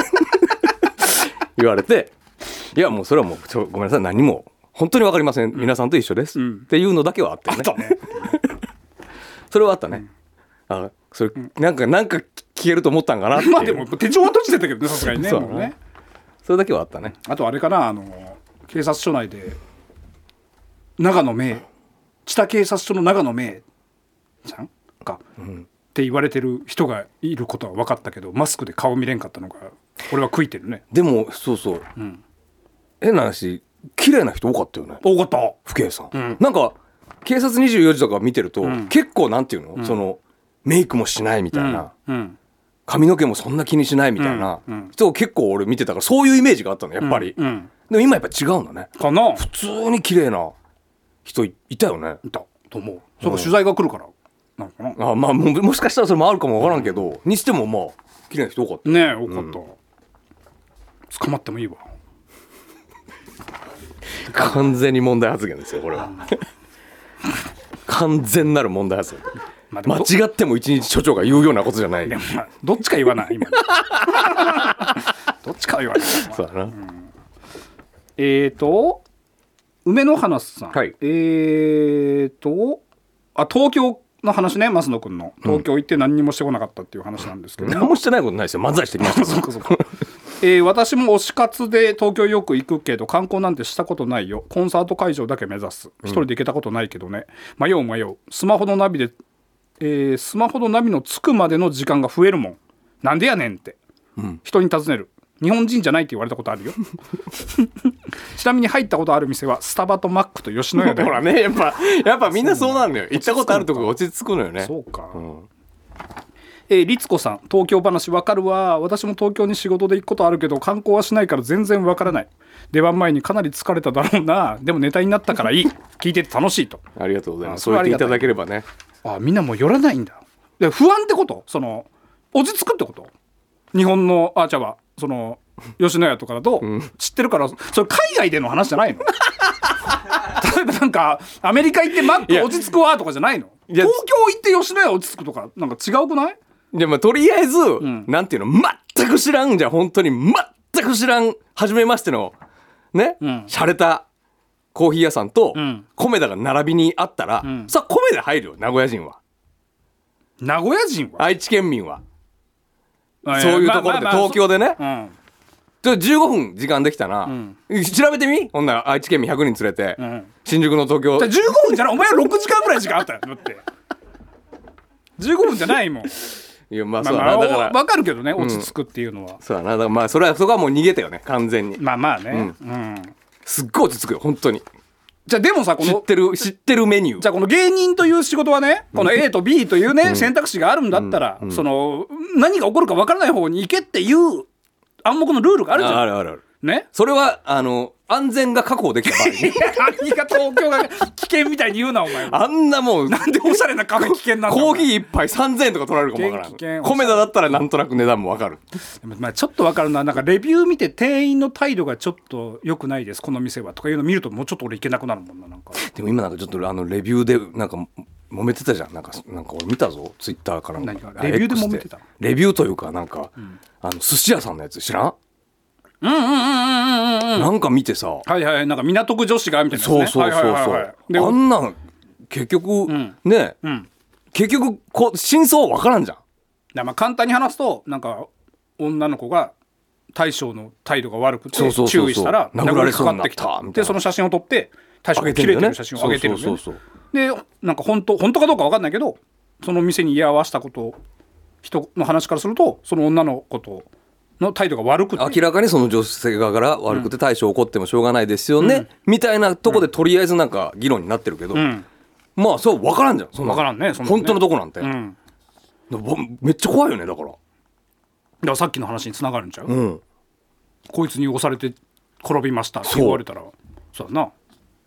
言われていやもうそれはもうちょごめんなさい何も本当に分かりません、うん、皆さんと一緒です、うん、っていうのだけはあってね、ねそれはあったね、うん、あそれ、うん、なんかなんか消えると思ったんかなってまあでも手帳は閉じてたけどねさすがにねそうねそれだけはあったね。 あとあれかなあの警察署内で長野名知多警察署の長野名ちゃんか、うん、って言われてる人がいることは分かったけどマスクで顔見れんかったのが俺は悔いてるね。 でもそうそう、うん、変な話綺麗な人多かったよね。 多かった父兄さん、うん、なんか警察にじゅうよじとか見てると、うん、結構なんていうの、うん、そのメイクもしないみたいな、うんうん、髪の毛もそんな気にしないみたいな、うんうん、人を結構俺見てたからそういうイメージがあったのやっぱり、うんうん、でも今やっぱ違うんだねかな。 普通に綺麗な人 い, いたよね。 いたと思う。それ取材が来るからなのかな。 あ、まあ、も, もしかしたらそれもあるかもわからんけど、うん、にしてもまあ綺麗な人多かったねえ多かった、うん、捕まってもいいわ完全に問題発言ですよこれは完全なる問題発言、まあ、間違っても一日署長が言うようなことじゃない。 でも、まあ、どっちか言わない今どっちかは言わないそうだな、うん、 えーと梅の花さん、 はい、 えーとあ東京の話ね増野くんの東京行って何にもしてこなかったっていう話なんですけど、 うん、何もしてないことないですよ漫才してきましたそうかそうかえー、私も推し活で東京よく行くけど観光なんてしたことないよ。コンサート会場だけ目指す。一人で行けたことないけどね、うん、迷う迷う。スマホのナビで、えー、スマホのナビの着くまでの時間が増えるもん。なんでやねんって、うん、人に尋ねる。日本人じゃないって言われたことあるよちなみに入ったことある店はスタバとマックと吉野家でほらねやっぱやっぱみんなそうなんだよ。行ったことあるとこが落ち着くのよね。 そうか、うんえー、律子さん東京話わかるわ。私も東京に仕事で行くことあるけど観光はしないから全然わからない。出番前にかなり疲れただろうな。でもネタになったからいい聞いてて楽しいと。 ありがとうございます。そう言っていただければね。 あみんなもう寄らないんだ。で不安ってことその落ち着くってこと。日本のあーちゃんはその吉野家とかだと知ってるから、うん、それ海外での話じゃないの例えばなんかアメリカ行ってマック落ち着くわとかじゃないの。東京行って吉野家落ち着くとかなんか違うくない。 でもとりあえず、うん、なんていうの全く知らんじゃ本当に全く知らん初めましてのね、うん、洒落たコーヒー屋さんと、うん、コメダが並びにあったら、うん、さあコメダ入るよ名古屋人は。 名古屋人は愛知県民はそういうところで、まあまあまあ、東京でね、うん、ちょじゅうごふん時間できたな、うん、調べてみほんなら愛知県民ひゃくにん連れて、うん、新宿の東京じゅうごふんじゃないお前はろくじかんぐらい時間あったよだってじゅうごふんじゃないもん。 いやまあそうだな、まあまあ、だから分かるけどね落ち着くっていうのは、うん、 そうだなだからまあそれはそこはもう逃げたよね完全に。 まあまあね、うんうん、 すっごい落ち着くよ本当に。 じゃあでもさこの知ってる知ってるメニュー。 じゃあこの芸人という仕事はねこの A と B というね、うん、選択肢があるんだったら、うん、その何が起こるか分からない方に行けっていう暗黙のルールがあるじゃん。 あるあるあるね。 それはあの安全が確保できた場合に何が東京が危険みたいに言うなお前あんなもうなんでおしゃれなカフェ危険なんだコーヒー一杯さんぜんえんとか取られるかもわからん。米田だったらなんとなく値段もわかる。 まあちょっとわかるのはなんかレビュー見て店員の態度がちょっと良くないですこの店はとかいうの見るともうちょっと俺行けなくなるもんな。なんかでも今なんかちょっとあのレビューでなんか揉めてたじゃん。なんかなんか俺見たぞツイッターから。 何かレビューで揉めてたの。 レビューというかなんか、うん、あの寿司屋さんのやつ知らん。 うんうんうんうんうんうんなんか見てさはいはいなんか港区女子がみたいな、ね、 そうそうそうそう、はいはいはいはい、あんなん結局、うん、ね、うん、結局こ真相わからんじゃん。 だまあ簡単に話すとなんか女の子が大将の態度が悪くて注意したら殴られそうになったみたいな。 でその写真を撮って大将が切れてる写真を上げてるんだよね。でなんか本当本当かどうかわかんないけどその店に居合わせたこと人の話からするとその女の子との態度が悪くて明らかにその女性側から悪くて大将怒ってもしょうがないですよね、うん、みたいなとこでとりあえずなんか議論になってるけど、うん、まあそう分からんじゃんそんな分からんねそんなね本当のとこなんて、うん、めっちゃ怖いよね。だからだからさっきの話につながるんちゃう、うん、こいつに押されて転びましたって言われたらそうだな。だ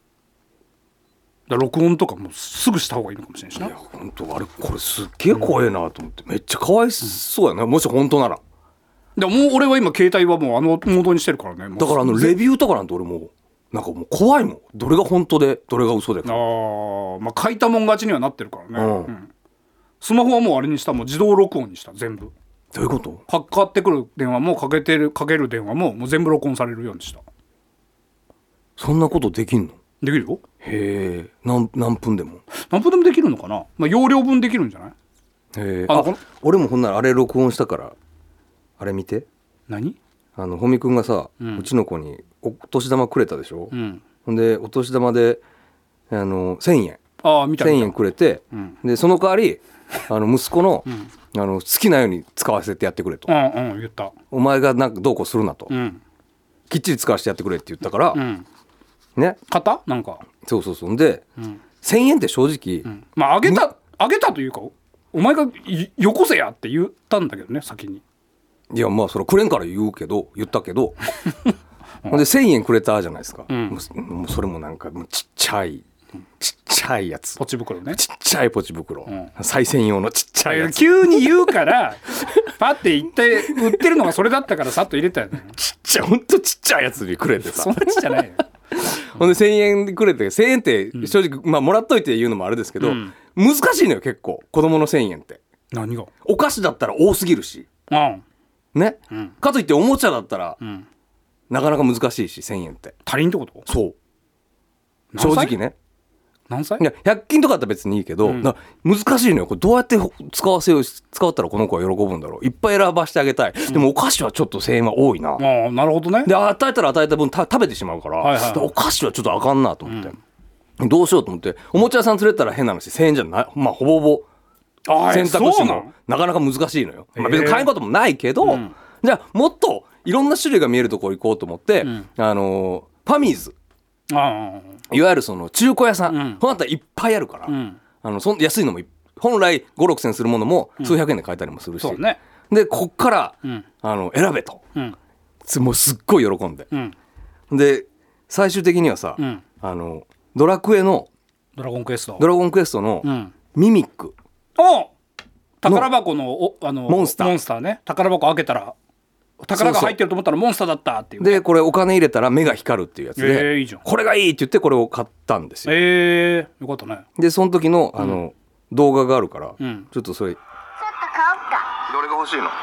録音とかもすぐした方がいいのかもしれないしな。いや本当あれこれすっげえ怖えなと思って、うん、めっちゃかわいそうやな、もし本当なら。 でももう俺は今携帯はもうあのモードにしてるからね。 だからあのレビューとかなんて俺もうなんかもう怖いもん。どれが本当でどれが嘘でか。 ああまあ書いたもん勝ちにはなってるからね、うんうん、スマホはもうあれにしたもう自動録音にした全部。 どういうこと。 かかってくる電話もかけてるかける電話ももう全部録音されるようにした。 そんなことできんの。 できるよ。 へえ 何, 何分でも何分でもできるのかな、まあ、容量分できるんじゃない。 へえああ俺もほんならあれ録音したからあれ見て。 何あのホミ君がさ、うん、うちの子にお年玉くれたでしょ、うん、ほんでお年玉であのせんえんあ見た見たせんえんくれて、うん、でその代わりあの息子 の,、うん、あの好きなように使わせてやってくれと、 うんうん、言ったお前がなんかどうこうするなと、うん、きっちり使わせてやってくれって言ったから、うん、ね型なんかそうそうそうで、うん、せんえんって正直、うん、まああげたあげたというかお前がよこせやって言ったんだけどね先に。 いやまあそれくれんから言うけど言ったけどほんでせんえんくれたじゃないですか、うん、もうそれもなんかもうちっちゃいちっちゃいやつポチ袋ねちっちゃいポチ袋、うん、再銭用のちっちゃいやつ急に言うからパッて言って売ってるのがそれだったからさっと入れたよね。 ちっちゃいほんとちっちゃいやつにくれてさそんなちっちゃないよほんでせんえんくれてせんえんって正直、うん、まあもらっといて言うのもあれですけど、うん、難しいのよ結構子供のせんえんって。 何がお菓子だったら多すぎるし、うんね、うん、かといっておもちゃだったら、うん、なかなか難しいしせんえんって足りんってこと。 そう正直ね。 何歳。 いやひゃく均とかだったら別にいいけど、うん、難しいのよこれ。どうやって使わせよう使ったらこの子は喜ぶんだろう。いっぱい選ばしてあげたい、うん、でもお菓子はちょっとせんえんは多いな。 あなるほどね。 で与えたら与えた分た食べてしまうから、はいはいはい、お菓子はちょっとあかんなと思って、うん、どうしようと思っておもちゃ屋さん連れてったら変な話せんえんじゃないまあほぼほぼ選択肢もなかなか難しいのよ、まあ、別に買えんこともないけど、うん、じゃあもっといろんな種類が見えるところ行こうと思って、うん、あのファミーズあいわゆるその中古屋さん、うん、こうなったらいっぱいあるから、うん、あのそ安いのも本来ごろくせんするものも数百円で買えたりもするし、うんね、でこっから、うん、あの選べと、うん、もうすっごい喜んで、うん、で最終的にはさ、うん、あのドラクエのドラゴンクエストドラゴンクエストの、うん、ミミックお宝箱 の, おあのモンスターモンスターね。宝箱開けたら宝が入ってると思ったらモンスターだったっていう。 でこれお金入れたら目が光るっていうやつで、 えー、いいじゃんこれがいいって言ってこれを買ったんですよ。 えー、よかったね。 でその時のあの、うん、動画があるから、うん、ちょっとそれちょっと買おうか。 どれが欲しいの。こ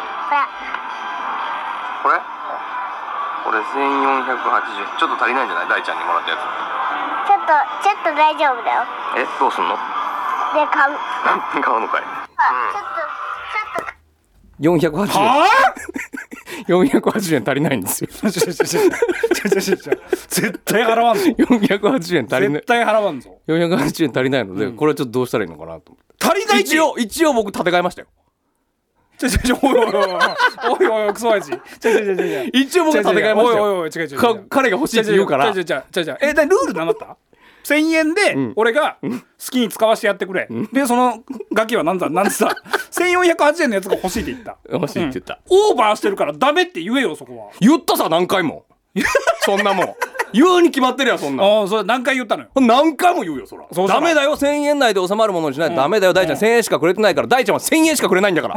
れこれこれせんよんひゃくはちじゅうえんちょっと足りないんじゃない。大ちゃんにもらったやつ。 ちょっとちょっと大丈夫だよ。 えどうすんの。 で買う買うのかい。 あ、ちょっとちょっとよんひゃくはちじゅうえんはよんひゃくはちじゅうえん足りないんですよ絶対払わんぞ。 よんひゃくはちじゅうえん足りない。 絶対払わんぞ。 よんひゃくはちじゅうえん足りないので、うん、これはちょっとどうしたらいいのかなと思って。 足りないって一応一応僕立て替えましたよ。 ちょちょちょおいおいおいおいおいおいクソ親父。ちょちょちょちょ一応僕立て替えましたよ。 おいおいおい違う違う違う。 彼が欲しいって言うから。 ちょちょちょちょちょえだルール何だった。 せんえんで俺が好きに使わせてやってくれ、でそのガキはなんだなんでさせんよんひゃくはちじゅうえんのやつが欲しいって言った。 欲しいって言った、 うん、オーバーしてるからダメって言えよそこは。 言ったさ何回もそんなもん言うに決まってるやんそんな。 ああそれ何回言ったのよ。 何回も言うよそら。 そうダメだよせんえん内で収まるものにしないとダメだよ、うん、大ちゃんせんえんしかくれてないから、大ちゃんはせんえんしかくれないんだから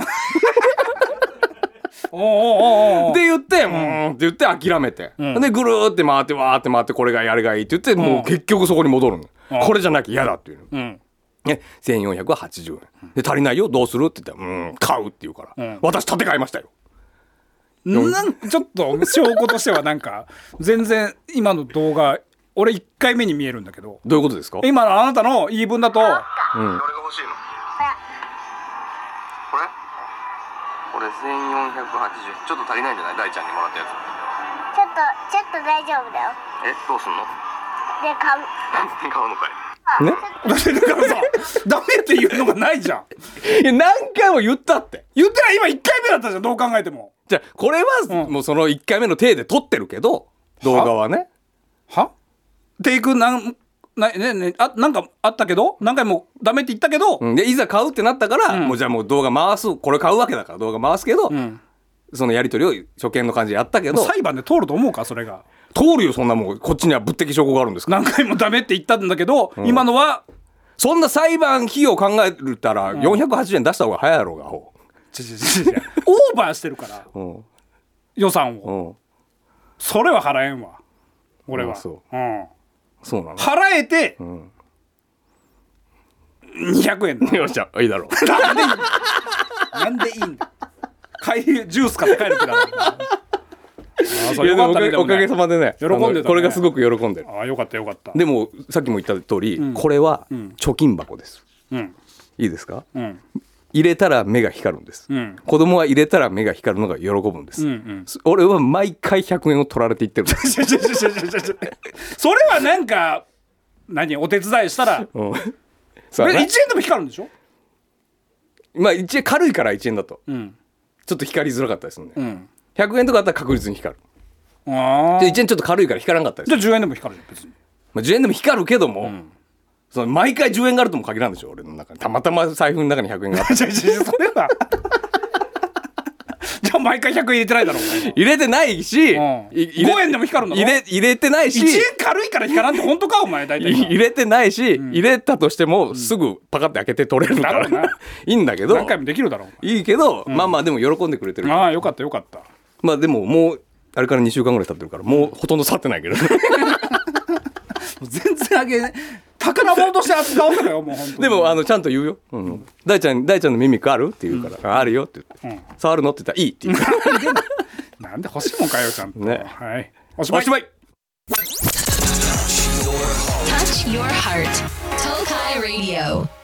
おうおうおうおうって言って、うん、って言って諦めて、うん、でぐるーって回ってわーって回ってこれがやれがいいって言って、うん、もう結局そこに戻るの、うん、これじゃなきゃ嫌だっていうの、うんね、せんよんひゃくはちじゅうえんで足りないよどうするって言ったらうん買うって言うから、うん、私立て替えましたよ。 なんちょっと証拠としてはなんか全然今の動画俺いっかいめに見えるんだけど。 どういうことですか？ 今のあなたの言い分だと、うん、 どれが欲しいの？これ？これせんよんひゃくはちじゅうえんちょっと足りないんじゃない？大ちゃんにもらったやつ。 ちょっとちょっと大丈夫だよ。 えどうすんの？ で買う。 買うのかい。 ね、 だからさダメっていうのがないじゃん。 いや何回も言ったって言ってない。今いっかいめだったじゃんどう考えても。 じゃあこれはもうそのいっかいめの体で撮ってるけど、動画はねはテイクなんなねねあなんかあったけど何回もダメって言ったけど、 うん、でいざ買うってなったから、うん、もうじゃあもう動画回すこれ買うわけだから動画回すけど、うん、そのやり取りを初見の感じでやったけど裁判で通ると思うかそれが。 通るよそんなもん。こっちには物的証拠があるんですから。 何回もダメって言ったんだけど、うん、今のはそんな裁判費用考えるたらよんひゃくはちじゅうえん出した方が早いやろうが、うん、 オーバーしてるから、うん、予算を、うん、それは払えんわ俺は、うん、そう、うん、そうなの払えて、うん、にひゃくえんだ。 よっしゃいいだろうなんでいいなんでいいんだ帰りジュース買って帰る気だろあそれよかったね。 いやでもおかげさまでね喜んでたね。 これがすごく喜んでる。 あよかったよかった。 でもさっきも言った通り、うん、これは貯金箱です、うん、いいですか、うん、入れたら目が光るんです、うん、子供は入れたら目が光るのが喜ぶんです、うんうん、俺は毎回ひゃくえんを取られていってるんですそれはなんか何お手伝いしたら、うん、いちえんでも光るんでしょ。 まあいちえん軽いからいちえんだと、うん、ちょっと光りづらかったですね、うん、ひゃくえんとかだったら確実に光る。あでいちえんちょっと軽いから光らなかったです。 じゃあじゅうえんでも光るよ別に、 まあ、じゅうえんでも光るけども、うん、その毎回じゅうえんがあるとも限らんでしょ俺の中に。たまたま財布の中にひゃくえんがあってそれはじゃあ毎回ひゃくえん入れてないだろう入れてないし、うん、 ごえんでも光るの入れ入れてないしいちえん軽いから光らんって本当かお前大体入れてないし、うん、入れたとしてもすぐパカッて開けて取れるから、うん、いいんだけど何回もできるだろういいけど、うん、まあまあでも喜んでくれてる。 ああよかったよかった。 まあでももうあれからにしゅうかんぐらい経ってるからもうほとんど去ってないけど全然あげね宝物として扱うからよもう本当に。 でもあのちゃんと言うよ、うん、大ちゃん大ちゃんのミミックあるって言うから、うん、あるよって言って、うん、触るのって言ったらいいって言うからなんで欲しいもんかよちゃんと、ね、はいおしまいおしまい。 Touch your heart Tokai Radio